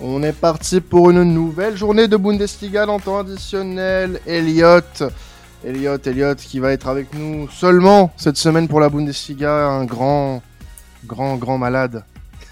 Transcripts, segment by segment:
On est parti pour une nouvelle journée de Bundesliga dans temps additionnel. Elliot qui va être avec nous seulement cette semaine pour la Bundesliga, un grand malade.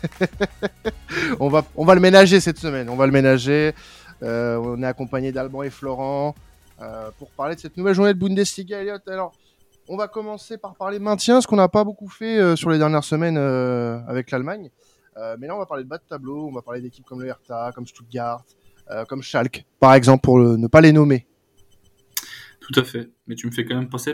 on va le ménager cette semaine, on est accompagné d'Alban et Florent pour parler de cette nouvelle journée de Bundesliga. Elliot, alors on va commencer par parler maintien, ce qu'on n'a pas beaucoup fait sur les dernières semaines avec l'Allemagne. Mais là, on va parler de bas de tableau, on va parler d'équipes comme le Hertha, comme Stuttgart, comme Schalke, par exemple, pour ne pas les nommer. Tout à fait. Mais tu me fais quand même passer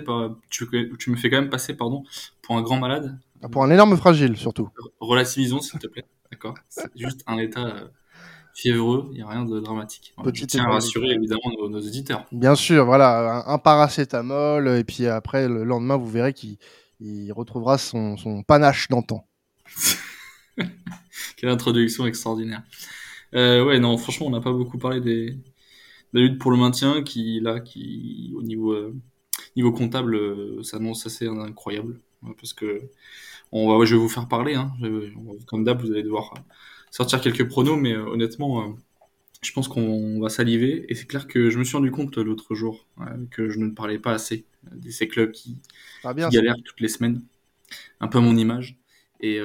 pour un grand malade. Pour un énorme fragile, surtout. Relativisons, s'il te plaît. D'accord. C'est juste un état fiévreux. Il n'y a rien de dramatique. Voilà, je tiens à rassurer évidemment nos auditeurs. Bien sûr, voilà, un paracétamol, et puis après, le lendemain, vous verrez qu'il retrouvera son panache d'antan. Quelle introduction extraordinaire. Ouais, non, franchement, on n'a pas beaucoup parlé de la lutte pour le maintien qui au niveau comptable, s'annonce assez incroyable. Parce que je vais vous faire parler. Hein. Comme d'hab, vous allez devoir sortir quelques pronos, mais honnêtement, je pense qu'on va saliver. Et c'est clair que je me suis rendu compte l'autre jour que je ne parlais pas assez de ces clubs qui galèrent toutes les semaines, un peu à mon image, et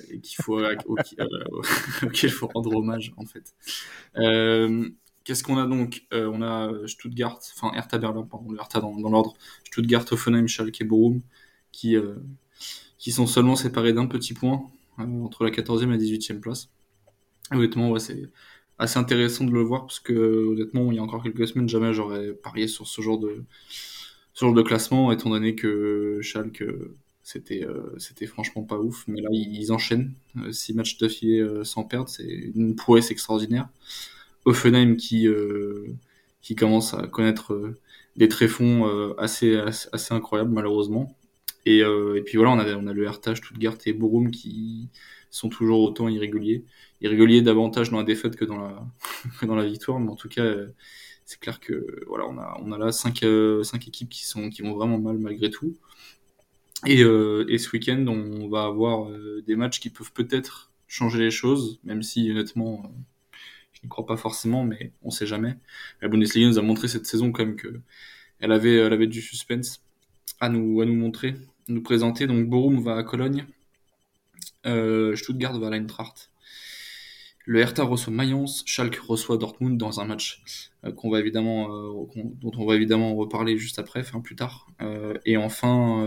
auquel il faut rendre hommage, en fait. Qu'est-ce qu'on a donc On a Stuttgart, enfin Hertha Berlin, pardon, le Hertha dans l'ordre. Stuttgart, Hoffenheim, Schalke et Bochum, qui sont seulement séparés d'un petit point entre la 14e et la 18e place. Honnêtement, ouais, c'est assez intéressant de le voir parce que honnêtement, il y a encore quelques semaines, jamais j'aurais parié sur ce genre de classement, étant donné que Schalke, c'était franchement pas ouf. Mais là, ils enchaînent 6 matchs d'affilée sans perdre, c'est une prouesse extraordinaire. Hoffenheim qui commence à connaître des tréfonds assez incroyables, malheureusement. Et puis voilà, on a le Hertha, Stuttgart et Bochum qui sont toujours autant irréguliers. Irréguliers davantage dans la défaite que dans dans la victoire, mais en tout cas, c'est clair que voilà, on a là cinq équipes qui vont vraiment mal malgré tout. Et ce week-end, on va avoir des matchs qui peuvent peut-être changer les choses, même si honnêtement, je n'y crois pas forcément, mais on sait jamais. La Bundesliga nous a montré cette saison quand même que elle avait du suspense à nous montrer, à nous présenter. Donc Bochum va à Cologne, Stuttgart va à l'Eintracht. Le Hertha reçoit Mayence, Schalke reçoit Dortmund dans un match dont on va évidemment reparler juste après, enfin plus tard. Et enfin,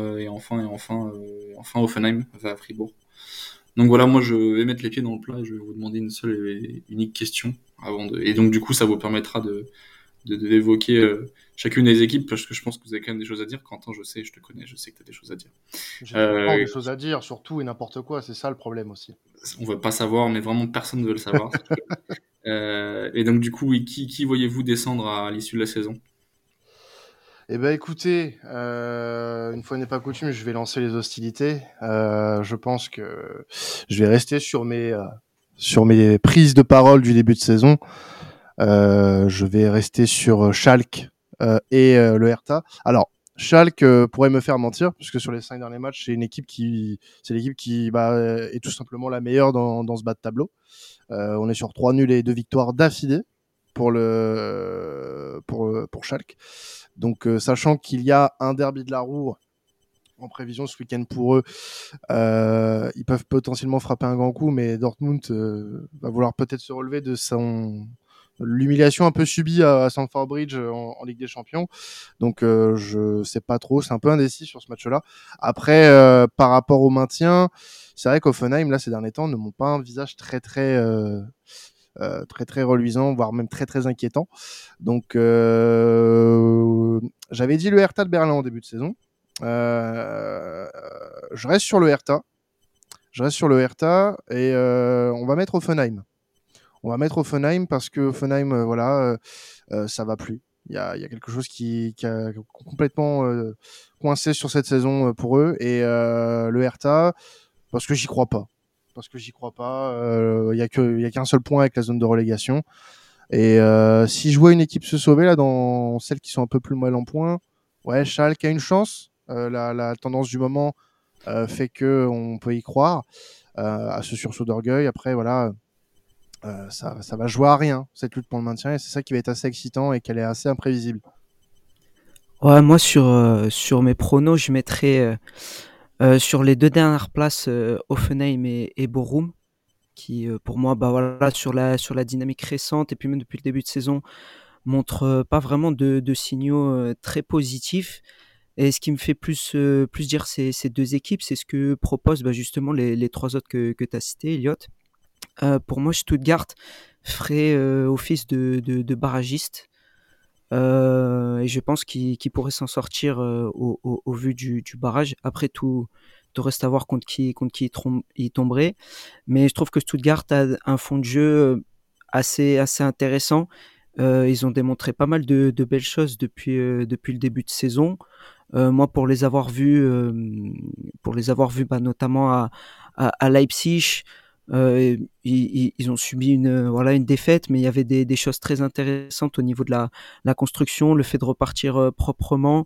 Hoffenheim va à Fribourg. Donc voilà, moi je vais mettre les pieds dans le plat et je vais vous demander une seule et unique question et donc du coup ça vous permettra d'évoquer chacune des équipes parce que je pense que vous avez quand même des choses à dire. Quentin, je te connais, je sais que tu as des choses à dire. J'ai tout le temps des choses à dire, surtout et n'importe quoi, c'est ça le problème aussi. On veut pas savoir, mais vraiment personne ne veut le savoir. Et donc du coup, qui voyez-vous descendre à l'issue de la saison ? Eh ben écoutez, une fois n'est pas coutume, je vais lancer les hostilités. Je pense que je vais rester sur mes prises de parole du début de saison. Je vais rester sur Schalke et le Hertha. Alors, Schalke pourrait me faire mentir, puisque sur les 5 derniers matchs, c'est l'équipe qui est tout simplement la meilleure dans ce bas de tableau. On est sur 3 nuls et 2 victoires d'affilée pour Schalke. Donc, sachant qu'il y a un derby de la Ruhr en prévision ce week-end pour eux, ils peuvent potentiellement frapper un grand coup, mais Dortmund va vouloir peut-être se relever de l'humiliation un peu subie à Stamford Bridge en Ligue des Champions. Donc je sais pas trop, c'est un peu indécis sur ce match-là. Après, par rapport au maintien, c'est vrai qu'Offenheim, là, ces derniers temps, ne m'ont pas un visage très reluisant, voire même très inquiétant. Donc j'avais dit le Hertha de Berlin en début de saison. Je reste sur le Hertha. Et on va mettre Offenheim. Parce que Offenheim, ça va plus. Il y a quelque chose qui a complètement coincé sur cette saison pour eux. Et le Hertha, parce que j'y crois pas. Il y a qu'un seul point avec la zone de relégation. Et si je vois une équipe se sauver là dans celles qui sont un peu plus mal en point, ouais, Schalke a une chance. La tendance du moment fait que on peut y croire à ce sursaut d'orgueil. Après, voilà, ça va jouer à rien, cette lutte pour le maintien, et c'est ça qui va être assez excitant et qu'elle est assez imprévisible. Ouais, moi sur mes pronos, je mettrais sur les deux dernières places Hoffenheim et Bochum, qui pour moi, bah voilà, sur la dynamique récente et puis même depuis le début de saison, montre pas vraiment de signaux très positifs. Et ce qui me fait plus dire ces deux équipes, c'est ce que proposent bah, justement les trois autres que tu as cités, Elliot. Pour moi, Stuttgart ferait office de barragiste. Et je pense qu'il pourrait s'en sortir au vu du barrage. Après, tout reste à voir contre qui il tomberait. Mais je trouve que Stuttgart a un fond de jeu assez intéressant. Ils ont démontré pas mal de belles choses depuis le début de saison. Moi, pour les avoir vus bah, notamment à Leipzig, ils ont subi une défaite, mais il y avait des choses très intéressantes au niveau de la construction, le fait de repartir proprement,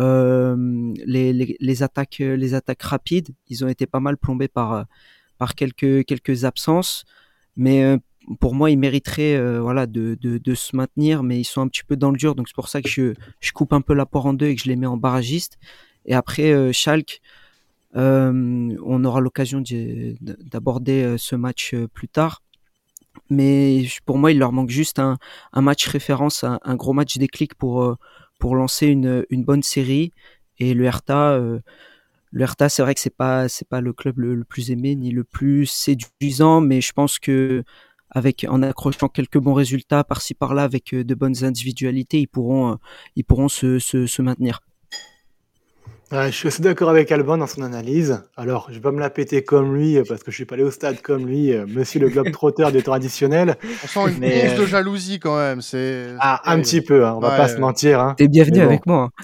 les attaques rapides. Ils ont été pas mal plombés par quelques absences, mais pour moi, ils mériteraient voilà, de se maintenir, mais ils sont un petit peu dans le dur, donc c'est pour ça que je coupe un peu la poire en deux et que je les mets en barragiste. Et après, Schalke, on aura l'occasion d'aborder ce match plus tard. Mais pour moi, il leur manque juste un match référence, un gros match déclic pour lancer une bonne série. Et le Hertha, c'est vrai que c'est pas le club le plus aimé ni le plus séduisant, mais je pense que en accrochant quelques bons résultats par-ci par-là avec de bonnes individualités, ils pourront se maintenir. Ouais, je suis assez d'accord avec Alban dans son analyse. Alors, je vais pas me la péter comme lui parce que je suis pas allé au stade comme lui, monsieur le globe-trotteur des traditionnels. On sent une Mais once de jalousie quand même, c'est un terrible. petit peu, hein, on va pas Ouais, se mentir. Hein. T'es bienvenu Mais bon. avec moi.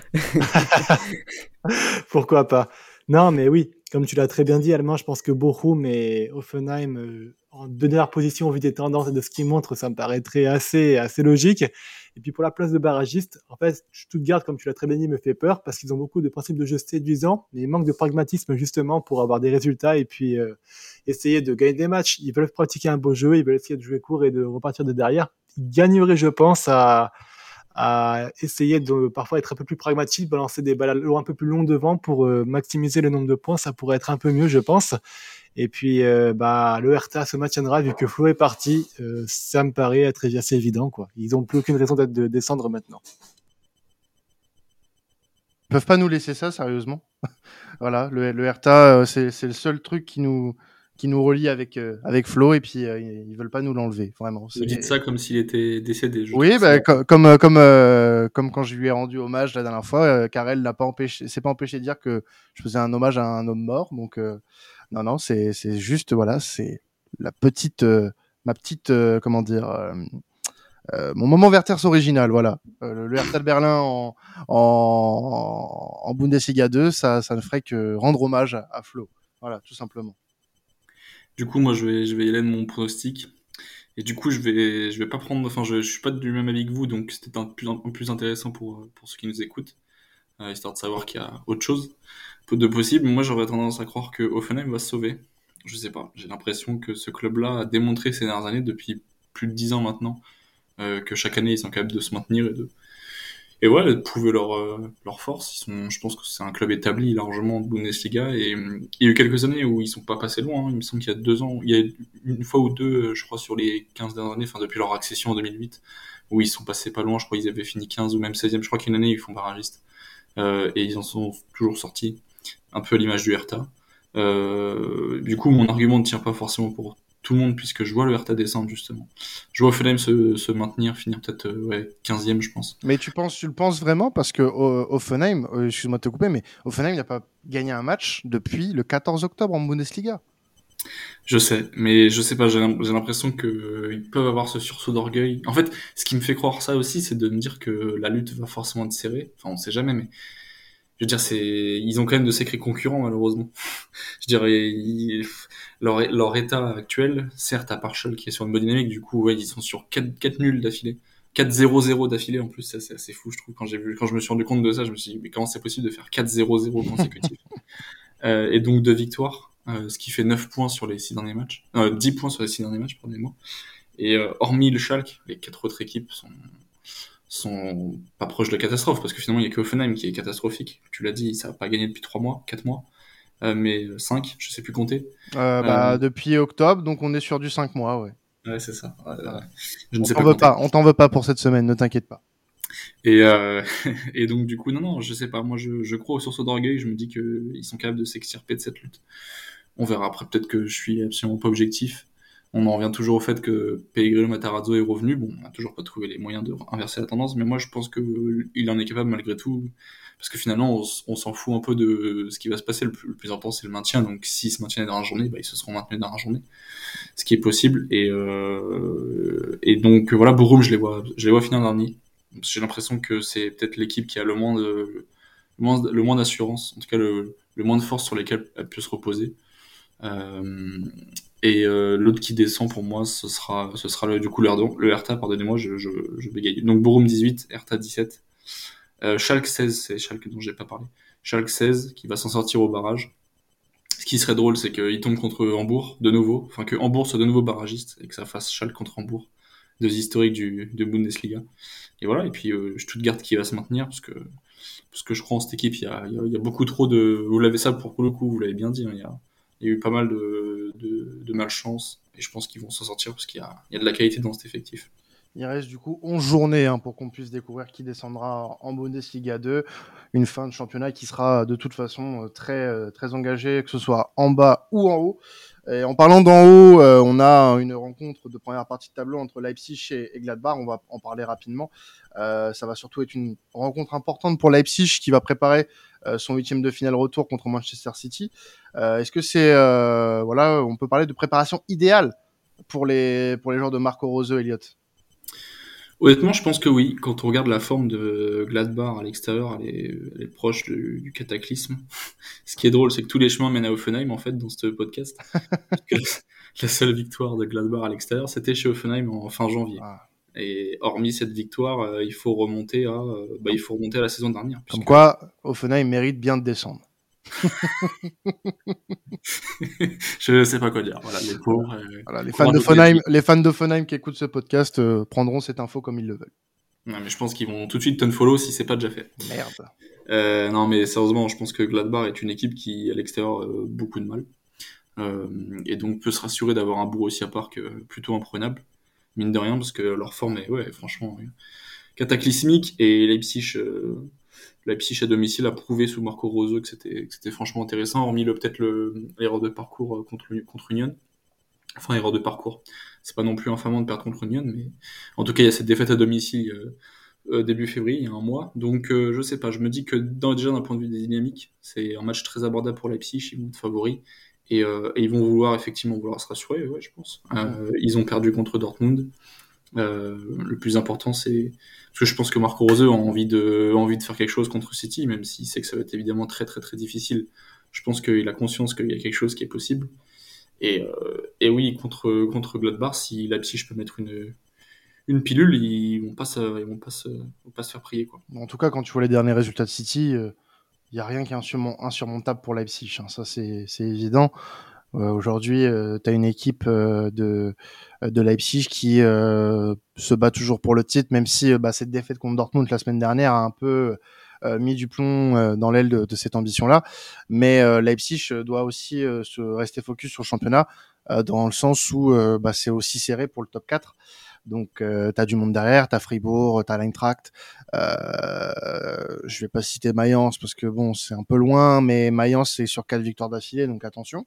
Pourquoi pas? Non, mais oui, comme tu l'as très bien dit, Allemand, je pense que Bochum et Hoffenheim, en deux dernières positions, au vu des tendances et de ce qu'ils montrent, ça me paraîtrait assez logique. Et puis pour la place de barragiste, en fait, Stuttgart, comme tu l'as très bien dit, me fait peur parce qu'ils ont beaucoup de principes de jeu séduisants, mais ils manquent de pragmatisme justement pour avoir des résultats et puis essayer de gagner des matchs. Ils veulent pratiquer un beau jeu, ils veulent essayer de jouer court et de repartir de derrière. Ils gagneraient, je pense, à essayer de parfois être un peu plus pragmatique, balancer des balles un peu plus longs devant pour maximiser le nombre de points, ça pourrait être un peu mieux, je pense. Et puis, le Hertha se maintiendra vu que Flo est parti. Ça me paraît être assez évident, quoi. Ils n'ont plus aucune raison de descendre maintenant. ils peuvent pas nous laisser ça, sérieusement. Voilà, le Hertha, c'est le seul truc qui nous relie avec Flo, et puis ils veulent pas nous l'enlever, vraiment. Vous dites ça comme s'il était décédé. Oui, bah, comme quand je lui ai rendu hommage la dernière fois, Karel s'est pas empêché de dire que je faisais un hommage à un homme mort. Donc non, c'est juste, voilà, c'est ma petite, comment dire, mon moment Werther's original, voilà. Le Hertha de Berlin en Bundesliga 2, ça ne ferait que rendre hommage à Flo. Voilà, tout simplement. Du coup, moi, je vais y aller de mon pronostic. Et du coup, je vais pas prendre, enfin, je suis pas du même avis que vous, donc c'était un peu plus intéressant pour ceux qui nous écoutent, histoire de savoir qu'il y a autre chose de possible. Moi, j'aurais tendance à croire que Hoffenheim va se sauver. Je sais pas. J'ai l'impression que ce club-là a démontré ces dernières années, depuis plus de 10 ans maintenant, que chaque année ils sont capables de se maintenir et ouais, de prouver leur force. Je pense que c'est un club établi largement en Bundesliga, et il y a eu quelques années où ils sont pas passés loin. Hein. Il me semble qu'il y a 2 ans, il y a une fois ou deux, je crois, sur les 15 dernières années, enfin depuis leur accession en 2008, où ils sont passés pas loin. Je crois qu'ils avaient fini 15 ou même 16e. Je crois qu'une année ils font barragiste. Et ils en sont toujours sortis, un peu à l'image du Hertha. Du coup, mon argument ne tient pas forcément pour tout le monde, puisque je vois le Hertha descendre, justement. Je vois Offenheim se maintenir, finir peut-être 15e, je pense. Mais tu le penses vraiment? Parce que Hoffenheim, excuse-moi de te couper, mais Hoffenheim n'a pas gagné un match depuis le 14 octobre en Bundesliga. Je sais, mais je sais pas, j'ai l'impression qu'ils peuvent avoir ce sursaut d'orgueil. En fait, ce qui me fait croire ça aussi, c'est de me dire que la lutte va forcément être serrée. Enfin, on sait jamais, mais je veux dire, ils ont quand même de sacrés concurrents, malheureusement. Je dirais, leur état actuel, certes, à part Schalke qui est sur une bonne dynamique, du coup, ouais, ils sont sur 4 nuls d'affilée. 4-0-0 d'affilée, en plus, ça, c'est assez fou, je trouve. Quand je me suis rendu compte de ça, je me suis dit, mais comment c'est possible de faire 4-0-0 consécutifs? Et donc 2 victoires, ce qui fait 9 points sur les 6 derniers matchs. 10 points sur les 6 derniers matchs, pardonnez-moi. Et hormis le Schalke, les 4 autres équipes sont pas proches de la catastrophe, parce que finalement, il y a que Hoffenheim qui est catastrophique. Tu l'as dit, ça n'a pas gagné depuis 3 mois, 4 mois, mais 5, je sais plus compter. Depuis octobre, donc on est sur du 5 mois, ouais. Ouais, c'est ça. Voilà. Je ne On sais t'en pas veut compter. pas, on t'en veut pas pour cette semaine, ne t'inquiète pas. Et, et donc, du coup, non, je sais pas. Moi, je crois aux sources d'orgueil. Je me dis qu'ils sont capables de s'extirper de cette lutte. On verra après. Peut-être que je suis absolument pas objectif. On en revient toujours au fait que Pellegrino Matarazzo est revenu. Bon, on n'a toujours pas trouvé les moyens de inverser la tendance, mais moi, je pense qu'il en est capable malgré tout. Parce que finalement, on s'en fout un peu de ce qui va se passer. Le plus important, c'est le maintien. Donc, s'ils se maintiennent dans la journée, ils se seront maintenus dans la journée. Ce qui est possible. Et donc, voilà, Bochum, je les vois finir dernier. J'ai l'impression que c'est peut-être l'équipe qui a le moins d'assurance, en tout cas le moins de force sur lesquelles elle peut se reposer. L'autre qui descend pour moi, ce sera du coup le Hertha, pardonnez-moi, je bégaye. Donc Bochum 18, Hertha 17. Schalke 16, c'est Schalke dont j'ai pas parlé. Schalke 16 qui va s'en sortir au barrage. Ce qui serait drôle, c'est qu'il tombe contre Hambourg de nouveau, enfin que Hambourg soit de nouveau barragiste et que ça fasse Schalke contre Hambourg, deux historiques de Bundesliga. Et voilà, et puis Stuttgart qui va se maintenir parce que je crois en cette équipe, il y a beaucoup trop de. Vous l'avez ça pour le coup, vous l'avez bien dit, hein, il y a eu pas mal de malchance et je pense qu'ils vont s'en sortir parce qu'il y a de la qualité dans cet effectif. Il reste du coup 11 journées pour qu'on puisse découvrir qui descendra en Bundesliga 2. Une fin de championnat qui sera de toute façon très engagée, que ce soit en bas ou en haut. Et en parlant d'en haut, on a une rencontre de première partie de tableau entre Leipzig et Gladbach. On va en parler rapidement. Ça va surtout être une rencontre importante pour Leipzig qui va préparer son 8e de finale retour contre Manchester City. Est-ce que c'est on peut parler de préparation idéale pour les joueurs de Marco Rose, Elliot? Honnêtement, je pense que oui. Quand on regarde la forme de Gladbach à l'extérieur, elle est proche du cataclysme. Ce qui est drôle, c'est que tous les chemins mènent à Offenheim, en fait, dans ce podcast. La seule victoire de Gladbach à l'extérieur, c'était chez Offenheim en fin janvier. Ah. Et hormis cette victoire, il faut remonter à la saison dernière. Comme quoi, Offenheim mérite bien de descendre. Je sais pas quoi dire. Voilà, les pauvres. Voilà, les fans d'Offenheim qui écoutent ce podcast prendront cette info comme ils le veulent. Non, mais je pense qu'ils vont tout de suite unfollow si c'est pas déjà fait. Merde. Non, mais sérieusement, je pense que Gladbach est une équipe qui, à l'extérieur, beaucoup de mal. Et donc peut se rassurer d'avoir un Borussia Park plutôt imprenable, mine de rien, parce que leur forme est franchement cataclysmique. Et Leipzig à domicile a prouvé sous Marco Rose que c'était franchement intéressant, hormis peut-être l'erreur de parcours contre Union. Enfin, erreur de parcours. C'est pas non plus infamant de perdre contre Union, mais en tout cas, il y a cette défaite à domicile début février, il y a un mois. Donc, je sais pas, je me dis que déjà d'un point de vue des dynamiques, c'est un match très abordable pour Leipzig, ils vont être favoris. Et ils vont vouloir se rassurer, ouais, je pense. Ils ont perdu contre Dortmund. Le plus important, c'est parce que je pense que Marco Rose a envie de faire quelque chose contre City, même s'il sait que ça va être évidemment très très très difficile. Je pense qu'il a conscience qu'il y a quelque chose qui est possible. Et oui, contre Gladbach, si Leipzig peut mettre une pilule, ils vont pas se faire prier, quoi. En tout cas, quand tu vois les derniers résultats de City, il y a rien qui est insurmontable pour Leipzig. Ça, c'est évident. Aujourd'hui, tu as une équipe de Leipzig qui se bat toujours pour le titre, même si cette défaite contre Dortmund la semaine dernière a un peu mis du plomb dans l'aile de cette ambition-là. Mais Leipzig doit aussi se rester focus sur le championnat, dans le sens où c'est aussi serré pour le top 4. Donc, t'as du monde derrière, t'as Fribourg, t'as l'Eintracht. Je vais pas citer Mayence parce que bon, c'est un peu loin, mais Mayence c'est sur 4 victoires d'affilée, donc attention.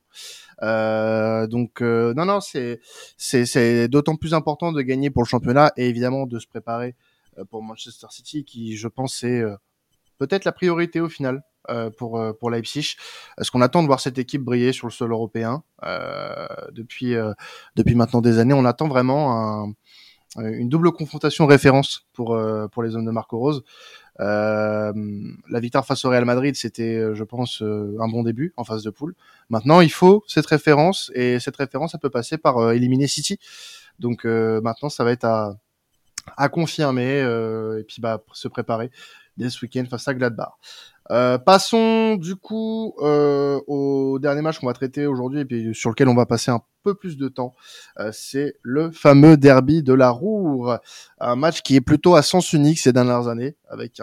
Non, c'est d'autant plus important de gagner pour le championnat et évidemment de se préparer pour Manchester City, qui, je pense, c'est peut-être la priorité au final pour Leipzig. Est-ce qu'on attend de voir cette équipe briller sur le sol européen depuis maintenant des années? On attend vraiment une double confrontation référence pour les hommes de Marco Rose. La victoire face au Real Madrid, c'était, je pense, un bon début en phase de poule. Maintenant, il faut cette référence, et cette référence, ça peut passer par éliminer City. Donc maintenant, ça va être à confirmer et puis se préparer dès ce week-end face à Gladbach. Passons du coup au dernier match qu'on va traiter aujourd'hui et puis sur lequel on va passer un peu plus de temps. C'est le fameux derby de la Roure, un match qui est plutôt à sens unique ces dernières années, avec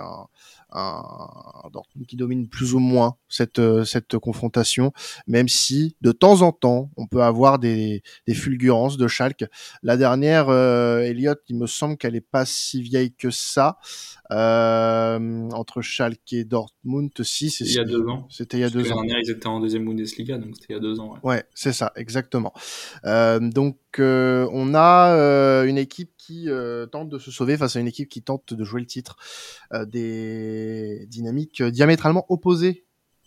un Dortmund qui domine plus ou moins cette confrontation, même si de temps en temps on peut avoir des fulgurances de Schalke. La dernière, Elliot, il me semble qu'elle est pas si vieille que ça. Entre Schalke et Dortmund, si, Il y a 2 ans. c'était il y a Parce que 2 ans. l'année dernière, ils étaient en deuxième Bundesliga, donc c'était il y a 2 ans. Ouais. Ouais, c'est ça, exactement. Donc, on a une équipe qui tente de se sauver face à une équipe qui tente de jouer le titre. Des dynamiques diamétralement opposées.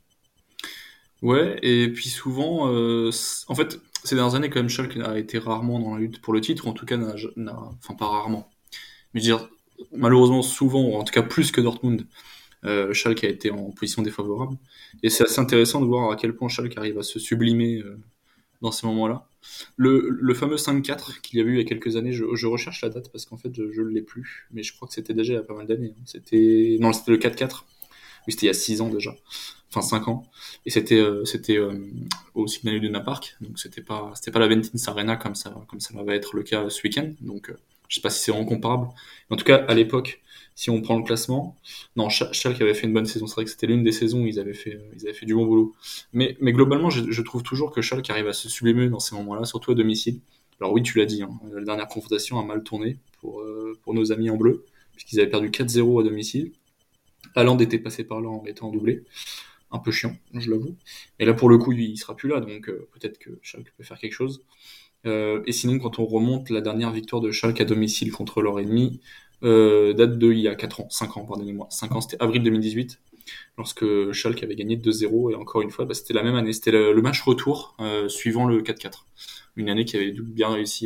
Ouais, et puis souvent, en fait, ces dernières années, quand même, Schalke a été rarement dans la lutte pour le titre, ou en tout cas, enfin pas rarement. Mais je veux dire, malheureusement, souvent, ou en tout cas plus que Dortmund, Schalke a été en position défavorable. Et c'est assez intéressant de voir à quel point Schalke arrive à se sublimer dans ces moments-là. Le fameux 5-4 qu'il y avait eu il y a quelques années, je recherche la date parce qu'en fait, je ne l'ai plus, mais je crois que c'était déjà il y a pas mal d'années. Hein. C'était le 4-4. Oui, c'était il y a 6 ans déjà. Enfin 5 ans. Et c'était au Signal Iduna Park. Donc c'était pas la Ventins Arena comme ça va être le cas ce week-end. Donc je sais pas si c'est vraiment comparable. Mais en tout cas, à l'époque, si on prend le classement, non, Schalke avait fait une bonne saison. C'est vrai que c'était l'une des saisons où ils avaient fait du bon boulot. Mais globalement, je trouve toujours que Schalke arrive à se sublimer dans ces moments-là, surtout à domicile. Alors oui, tu l'as dit, hein, la dernière confrontation a mal tourné pour nos amis en bleu, puisqu'ils avaient perdu 4-0 à domicile. Haaland était passé par là en mettant en doublé. Un peu chiant, je l'avoue. Et là, pour le coup, il sera plus là, donc peut-être que Schalke peut faire quelque chose. Et sinon, quand on remonte, la dernière victoire de Schalke à domicile contre leur ennemi date de il y a 4 ans, 5 ans, pardonnez-moi. 5 ans, c'était avril 2018, lorsque Schalke avait gagné 2-0, et encore une fois, c'était la même année. C'était le match retour suivant le 4-4. Une année qui avait bien réussi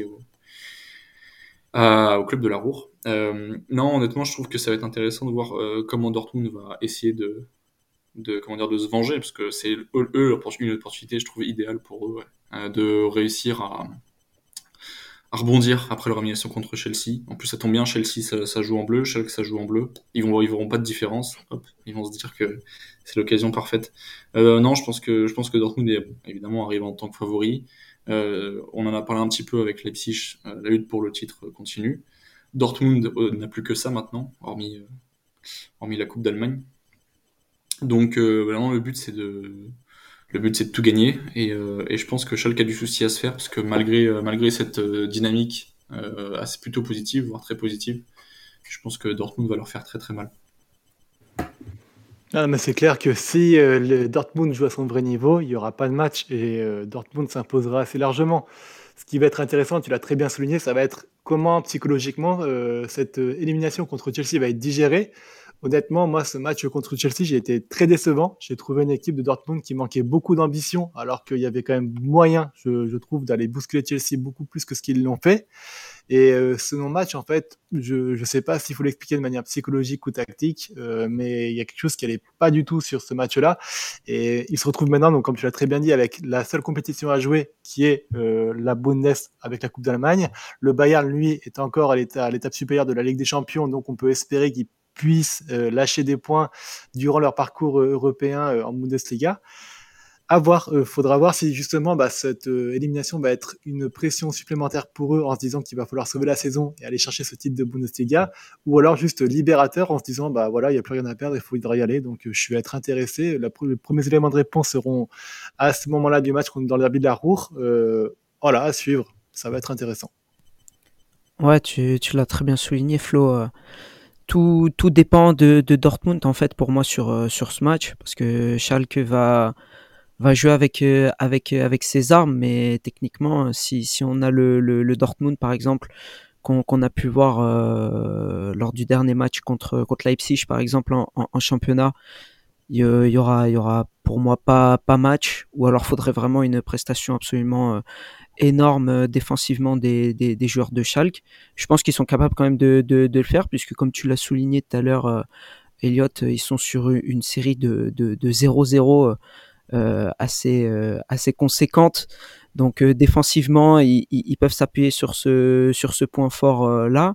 au club de la Roure. Non, honnêtement, je trouve que ça va être intéressant de voir comment Dortmund va essayer de se venger, parce que c'est une opportunité, je trouve, idéale pour eux, de réussir à rebondir après leur élimination contre Chelsea. En plus, ça tombe bien, Chelsea, ça joue en bleu, Schalke, ça joue en bleu. Ils verront pas de différence. Hop, ils vont se dire que c'est l'occasion parfaite. Non, je pense que Dortmund évidemment arrive en tant que favori. On en a parlé un petit peu avec Leipzig, la lutte pour le titre continue. Dortmund n'a plus que ça maintenant, hormis la Coupe d'Allemagne. Donc vraiment le but c'est de tout gagner, et je pense que Schalke a du souci à se faire, parce que malgré cette dynamique assez plutôt positive, voire très positive, je pense que Dortmund va leur faire très très mal. Ah, mais c'est clair que si le Dortmund joue à son vrai niveau, il n'y aura pas de match et Dortmund s'imposera assez largement. Ce qui va être intéressant, tu l'as très bien souligné, ça va être comment psychologiquement cette élimination contre Chelsea va être digérée. Honnêtement, moi, ce match contre Chelsea, j'ai été très décevant. J'ai trouvé une équipe de Dortmund qui manquait beaucoup d'ambition, alors qu'il y avait quand même moyen, je trouve, d'aller bousculer Chelsea beaucoup plus que ce qu'ils l'ont fait. Et ce non-match, en fait, je sais pas s'il faut l'expliquer de manière psychologique ou tactique, mais il y a quelque chose qui allait pas du tout sur ce match-là. Et il se retrouve maintenant, donc comme tu l'as très bien dit, avec la seule compétition à jouer, qui est la Bundes avec la Coupe d'Allemagne. Le Bayern, lui, est encore à l'étape supérieure de la Ligue des Champions, donc on peut espérer qu'ils puissent lâcher des points durant leur parcours européen en Bundesliga. À voir, faudra voir si justement cette élimination va être une pression supplémentaire pour eux en se disant qu'il va falloir sauver la saison et aller chercher ce titre de Bundesliga, ou alors juste libérateur en se disant voilà, il n'y a plus rien à perdre, il faudra y aller. Donc je vais être intéressé. Les premiers éléments de réponse seront à ce moment-là du match dans le derby de la Ruhr. Voilà, à suivre, ça va être intéressant. Ouais, tu l'as très bien souligné, Flo. Tout dépend de Dortmund en fait pour moi sur ce match, parce que Schalke va jouer avec ses armes, mais techniquement si on a le Dortmund par exemple qu'on a pu voir lors du dernier match contre Leipzig par exemple en championnat, il y aura pour moi pas match, ou alors faudrait vraiment une prestation absolument énorme défensivement des joueurs de Schalke. Je pense qu'ils sont capables quand même de le faire, puisque comme tu l'as souligné tout à l'heure, Elliot, ils sont sur une série de 0-0 assez conséquente. Donc défensivement, ils peuvent s'appuyer sur ce point fort là.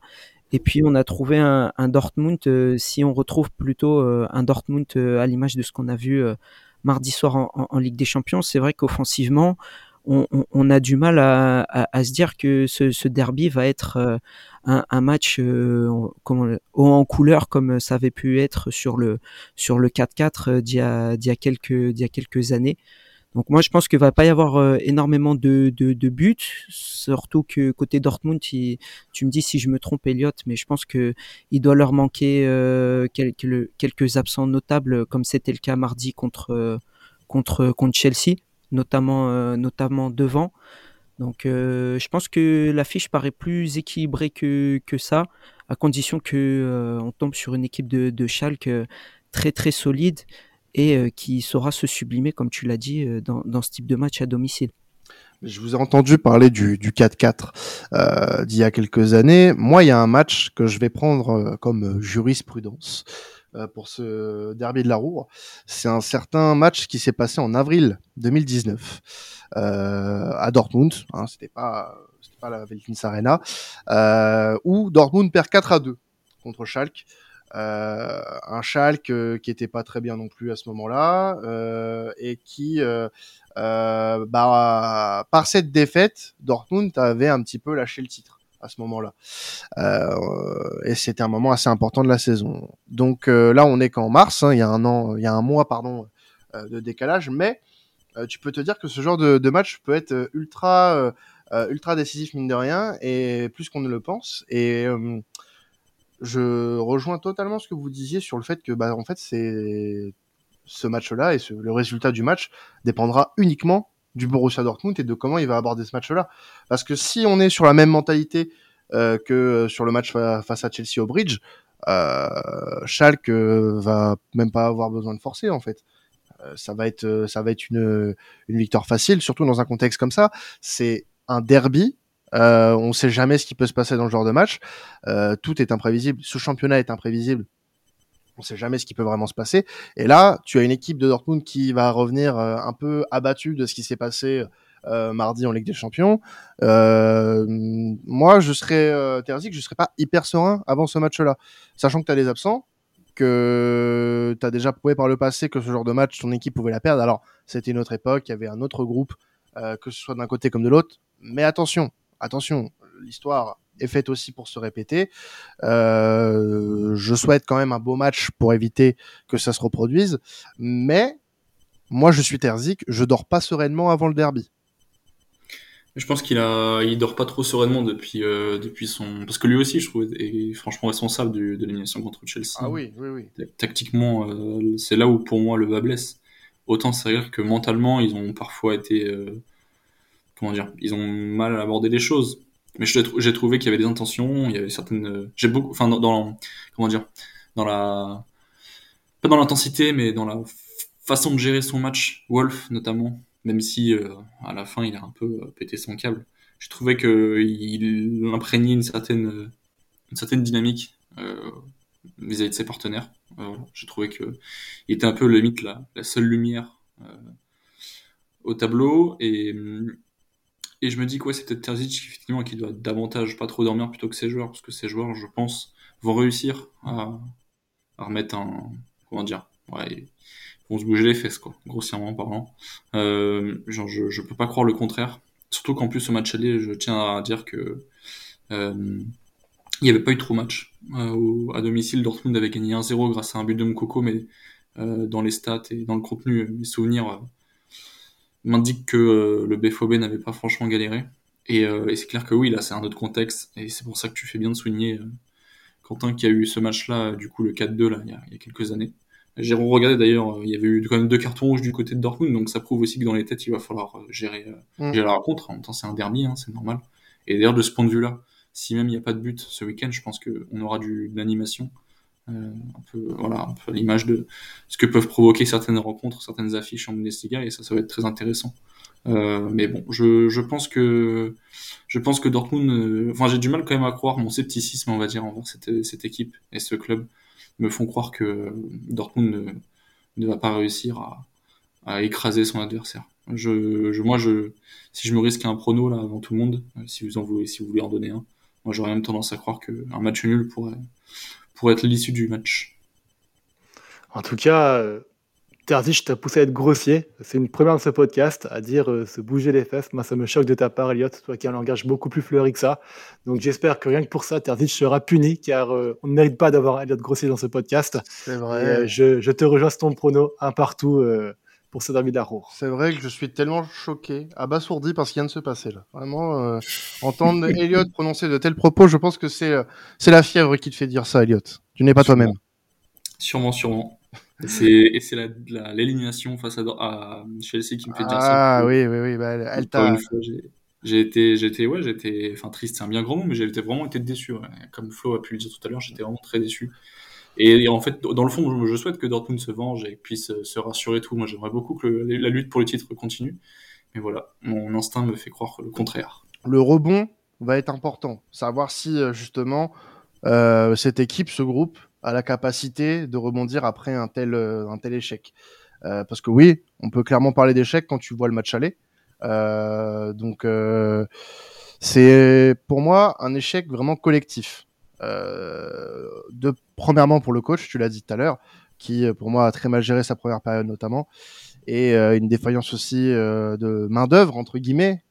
Et puis on a trouvé un Dortmund, si on retrouve plutôt un Dortmund à l'image de ce qu'on a vu mardi soir en Ligue des Champions, c'est vrai qu'offensivement, on a du mal à se dire que ce derby va être un match haut en couleur comme ça avait pu être sur le 4-4 d'il y a quelques années. Donc moi je pense qu'il va pas y avoir énormément de buts, surtout que côté Dortmund, tu me dis si je me trompe Elliot, mais je pense que il doit leur manquer quelques absents notables comme c'était le cas mardi contre Chelsea, notamment devant. Donc je pense que l'affiche paraît plus équilibrée que ça, à condition que on tombe sur une équipe de Schalke très très solide et qui saura se sublimer, comme tu l'as dit, dans ce type de match à domicile. Je vous ai entendu parler du 4-4 d'il y a quelques années. Moi, il y a un match que je vais prendre comme jurisprudence pour ce derby de la Ruhr. C'est un certain match qui s'est passé en avril 2019 à Dortmund. Hein, c'était pas la Veltins Arena, où Dortmund perd 4-2 contre Schalke. Un Schalke qui était pas très bien non plus à ce moment-là et qui par cette défaite, Dortmund avait un petit peu lâché le titre à ce moment-là. Et c'était un moment assez important de la saison. Donc là, on est qu'en mars, hein, il y a un mois, pardon, de décalage, mais tu peux te dire que ce genre de match peut être ultra décisif mine de rien, et plus qu'on ne le pense. Et je rejoins totalement ce que vous disiez sur le fait que, en fait, c'est ce match-là et le résultat du match dépendra uniquement du Borussia Dortmund et de comment il va aborder ce match-là. Parce que si on est sur la même mentalité que sur le match face à Chelsea au Bridge, Schalke va même pas avoir besoin de forcer en fait. Ça va être une victoire facile, surtout dans un contexte comme ça. C'est un derby. On sait jamais ce qui peut se passer dans le genre de match. Tout est imprévisible. Ce championnat est imprévisible. On sait jamais ce qui peut vraiment se passer. Et là, tu as une équipe de Dortmund qui va revenir un peu abattue de ce qui s'est passé mardi en Ligue des Champions. Moi, je serais Terzic, je serais pas hyper serein avant ce match-là, sachant que tu as des absents, que tu as déjà prouvé par le passé que ce genre de match, ton équipe pouvait la perdre. Alors, c'était une autre époque, il y avait un autre groupe, que ce soit d'un côté comme de l'autre. Mais attention, l'histoire est faite aussi pour se répéter. Je souhaite quand même un beau match pour éviter que ça se reproduise. Mais moi, je suis Terzic, je dors pas sereinement avant le derby. Je pense il dort pas trop sereinement depuis son, parce que lui aussi, je trouve, est franchement responsable de l'élimination contre Chelsea. Ah oui, oui, oui. Tactiquement, c'est là où pour moi le bas blesse. Autant c'est vrai que mentalement, ils ont parfois été, comment dire, ils ont mal abordé les choses. Mais j'ai trouvé qu'il y avait des intentions, il y avait certaines, j'ai beaucoup, enfin comment dire, dans la, pas dans l'intensité, mais dans la façon de gérer son match, Wolf notamment, même si à la fin il a un peu pété son câble. J'ai trouvé que il imprégnait une certaine dynamique vis-à-vis de ses partenaires. J'ai trouvé que il était un peu limite la seule lumière au tableau et je me dis que ouais, c'est peut-être Terzic effectivement qui doit davantage pas trop dormir plutôt que ses joueurs, parce que ses joueurs, je pense, vont réussir à remettre comment dire, ouais, ils vont se bouger les fesses, quoi, grossièrement parlant. Genre, je peux pas croire le contraire. Surtout qu'en plus, au match aller, je tiens à dire que il n'y avait pas eu trop match. À domicile, Dortmund avait gagné 1-0 grâce à un but de Mkoko, mais dans les stats et dans le contenu, mes souvenirs m'indiquent que le BFOB n'avait pas franchement galéré. Et c'est clair que oui, là, c'est un autre contexte, et c'est pour ça que tu fais bien de souligner, Quentin, qu'il y a eu ce match-là, du coup, le 4-2, là, il y a quelques années. J'ai regardé d'ailleurs, il y avait eu quand même 2 cartons rouges du côté de Dortmund, donc ça prouve aussi que dans les têtes, il va falloir gérer la rencontre. En même temps, c'est un derby, hein, c'est normal. Et d'ailleurs, de ce point de vue-là, si même il n'y a pas de but ce week-end, je pense qu'on aura de l'animation, un peu à l'image de ce que peuvent provoquer certaines rencontres, certaines affiches en Bundesliga, et ça va être très intéressant. Mais bon, je pense que Dortmund, enfin j'ai du mal quand même à croire, mon scepticisme on va dire envers cette équipe et ce club me font croire que Dortmund ne va pas réussir à écraser son adversaire. Moi, si je me risque un prono là avant tout le monde, si vous voulez en donner un, Moi, j'aurais même tendance à croire qu'un match nul pourrait être l'issue du match. En tout cas, Terzic t'a poussé à être grossier. C'est une première de ce podcast, à dire se bouger les fesses. Moi, ça me choque de ta part, Elliot, toi qui as un langage beaucoup plus fleuri que ça. Donc j'espère que rien que pour ça, Terzic sera puni, car on ne mérite pas d'avoir Elliot grossier dans ce podcast. C'est Et vrai. je te rejoins sur ton prono, un partout pour ce derby de la Roure. C'est vrai que je suis tellement choqué, abasourdi par ce qui vient de se passer là. Vraiment, entendre Elliot prononcer de tels propos, je pense que c'est la fièvre qui te fait dire ça, Elliot. Tu n'es pas toi-même. Sûrement. Et c'est l'élimination face à Chelsea qui me fait dire ça. Ah oui, bah, elle Encore t'a. une fois, j'étais, enfin triste, c'est un bien grand mot, mais j'étais vraiment été déçu. Ouais. Comme Flo a pu le dire tout à l'heure, j'étais vraiment très déçu. Et en fait, dans le fond, je souhaite que Dortmund se venge et puisse se rassurer et tout. Moi, j'aimerais beaucoup que la lutte pour le titre continue. Mais voilà, mon instinct me fait croire le contraire. Le rebond va être important. Savoir si justement cette équipe, ce groupe, a la capacité de rebondir après un tel échec. Parce que oui, on peut clairement parler d'échec quand tu vois le match aller. Donc c'est pour moi un échec vraiment collectif. Premièrement pour le coach, tu l'as dit tout à l'heure, qui pour moi a très mal géré sa première période notamment, et une défaillance aussi de main d'œuvre entre guillemets.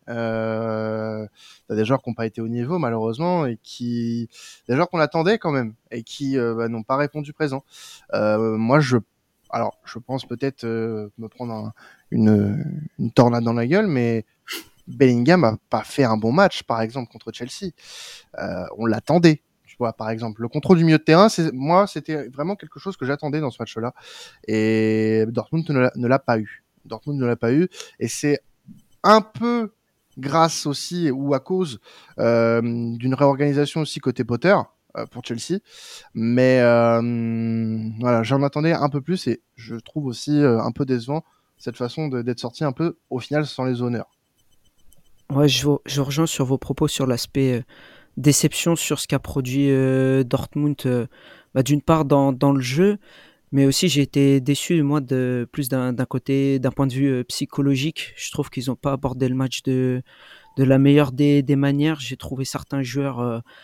T'as des joueurs qui n'ont pas été au niveau malheureusement et des joueurs qu'on attendait quand même et qui n'ont pas répondu présent. Moi je pense peut-être me prendre une tornade dans la gueule, mais Bellingham a pas fait un bon match, par exemple, contre Chelsea. On l'attendait, tu vois, par exemple. Le contrôle du milieu de terrain, c'était vraiment quelque chose que j'attendais dans ce match-là. Et Dortmund ne l'a pas eu. Dortmund ne l'a pas eu. Et c'est un peu grâce aussi, ou à cause d'une réorganisation aussi côté Potter, pour Chelsea. Mais voilà, j'en attendais un peu plus et je trouve aussi un peu décevant cette façon d'être sorti un peu, au final, sans les honneurs. Ouais, je rejoins sur vos propos sur l'aspect déception sur ce qu'a produit Dortmund, d'une part dans le jeu, mais aussi j'ai été déçu, moi, plus d'un côté, d'un point de vue psychologique. Je trouve qu'ils n'ont pas abordé le match de la meilleure des manières. J'ai trouvé certains joueurs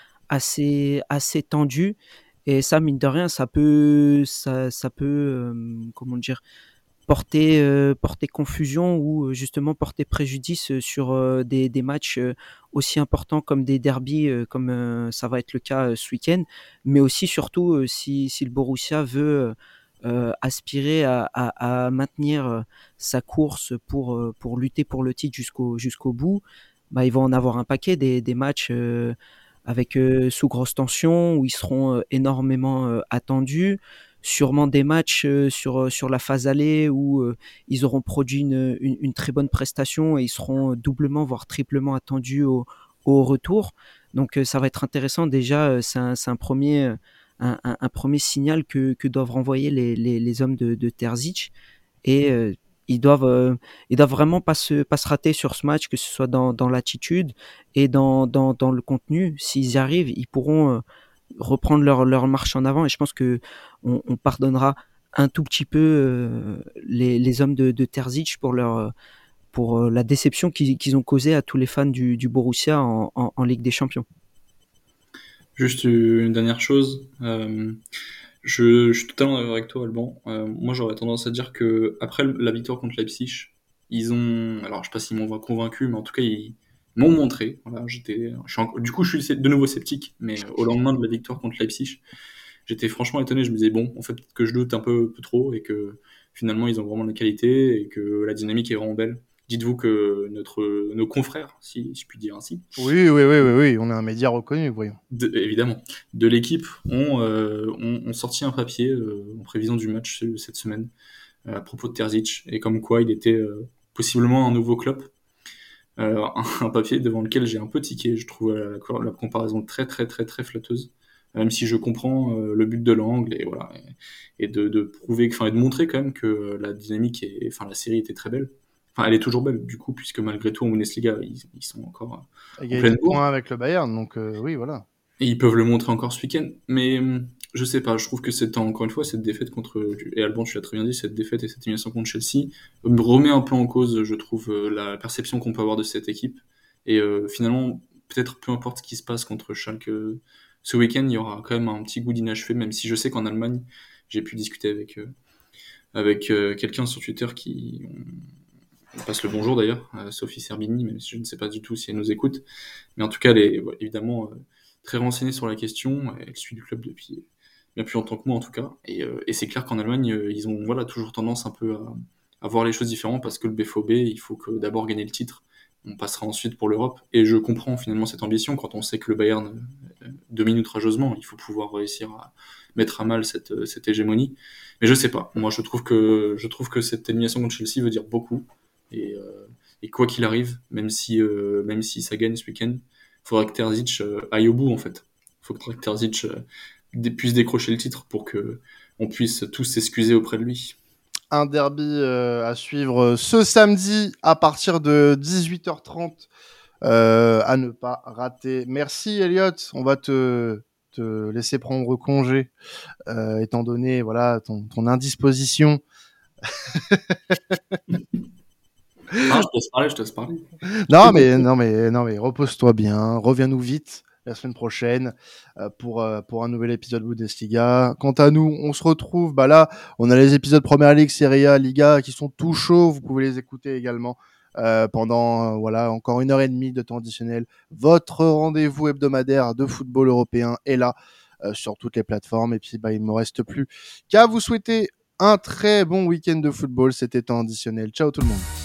assez tendus. Et ça, mine de rien, ça peut comment dire, porter confusion ou justement porter préjudice sur des matchs aussi importants comme des derbies, comme ça va être le cas ce week-end, mais aussi surtout si le Borussia veut aspirer à maintenir sa course pour lutter pour le titre jusqu'au bout. Bah, ils vont en avoir un paquet des matchs avec sous grosse tension où ils seront énormément attendus, sûrement des matchs sur la phase aller où ils auront produit une très bonne prestation et ils seront doublement voire triplement attendus au retour. Donc ça va être intéressant. Déjà c'est un premier signal que doivent renvoyer les hommes de Terzic, et ils doivent vraiment pas se rater sur ce match, que ce soit dans l'attitude et dans le contenu. S'ils y arrivent, ils pourront reprendre leur marche en avant, et je pense que on pardonnera un tout petit peu les hommes de Terzic pour la déception qu'ils ont causée à tous les fans du Borussia en Ligue des Champions. Juste une dernière chose, je suis totalement d'accord avec toi, Alban. Moi, j'aurais tendance à dire que après la victoire contre Leipzig, alors je sais pas s'ils m'ont convaincu, mais en tout cas ils m'ont montré. Voilà, du coup, je suis de nouveau sceptique, mais au lendemain de la victoire contre Leipzig, j'étais franchement étonné. Je me disais bon, en fait, peut-être que je doute un peu trop et que finalement ils ont vraiment de la qualité et que la dynamique est vraiment belle. Dites-vous que nos confrères, si je puis dire ainsi, Oui, on est un média reconnu, voyons. évidemment, de l'équipe ont sorti un papier en prévision du match cette semaine à propos de Terzic et comme quoi il était possiblement un nouveau Klopp. Un papier devant lequel j'ai un peu tiqué. Je trouve la comparaison très très très très flatteuse, même si je comprends le but de l'angle et voilà, et de prouver, enfin, et de montrer quand même que la dynamique enfin la série était très belle. Enfin, elle est toujours belle du coup, puisque malgré tout en Bundesliga ils sont encore en Égalité pleine de bourre. points avec le Bayern, donc oui, voilà. Et ils peuvent le montrer encore ce week-end. Mais je sais pas, je trouve que encore une fois, cette défaite et Alban, tu l'as très bien dit, cette défaite et cette élimination contre Chelsea me remet un peu en cause, je trouve, la perception qu'on peut avoir de cette équipe. Et finalement, peut-être peu importe ce qui se passe contre Schalke ce week-end, il y aura quand même un petit goût d'inachevé, même si je sais qu'en Allemagne, j'ai pu discuter avec quelqu'un sur Twitter on passe le bonjour d'ailleurs, Sophie Serbini, même si je ne sais pas du tout si elle nous écoute. Mais en tout cas, elle est évidemment très renseignée sur la question. Elle suit le club depuis bien plus longtemps que moi en tout cas. Et c'est clair qu'en Allemagne, ils ont toujours tendance un peu à voir les choses différemment parce que le BVB, il faut que d'abord gagner le titre. On passera ensuite pour l'Europe. Et je comprends finalement cette ambition quand on sait que le Bayern domine outrageusement. Il faut pouvoir réussir à mettre à mal cette hégémonie. Mais je sais pas. Moi, je trouve que cette élimination contre Chelsea veut dire beaucoup. Et quoi qu'il arrive, même si ça gagne ce week-end, il faudra que Terzic aille au bout en fait. Il faut que Terzic puisse décrocher le titre pour que on puisse tous s'excuser auprès de lui. Un derby à suivre ce samedi à partir de 18h30 à ne pas rater. Merci Elliot, on va te laisser prendre congé étant donné voilà ton indisposition. Non, je te laisse parler. Non mais repose-toi bien, reviens-nous vite la semaine prochaine pour un nouvel épisode Bundesliga. Quant à nous, on se retrouve là, on a les épisodes Première Ligue, Serie A, Liga qui sont tout chauds, vous pouvez les écouter également pendant encore 1h30 de temps additionnel. Votre rendez-vous hebdomadaire de football européen est là sur toutes les plateformes et puis il me reste plus qu'à vous souhaiter un très bon week-end de football, c'était temps additionnel. Ciao tout le monde.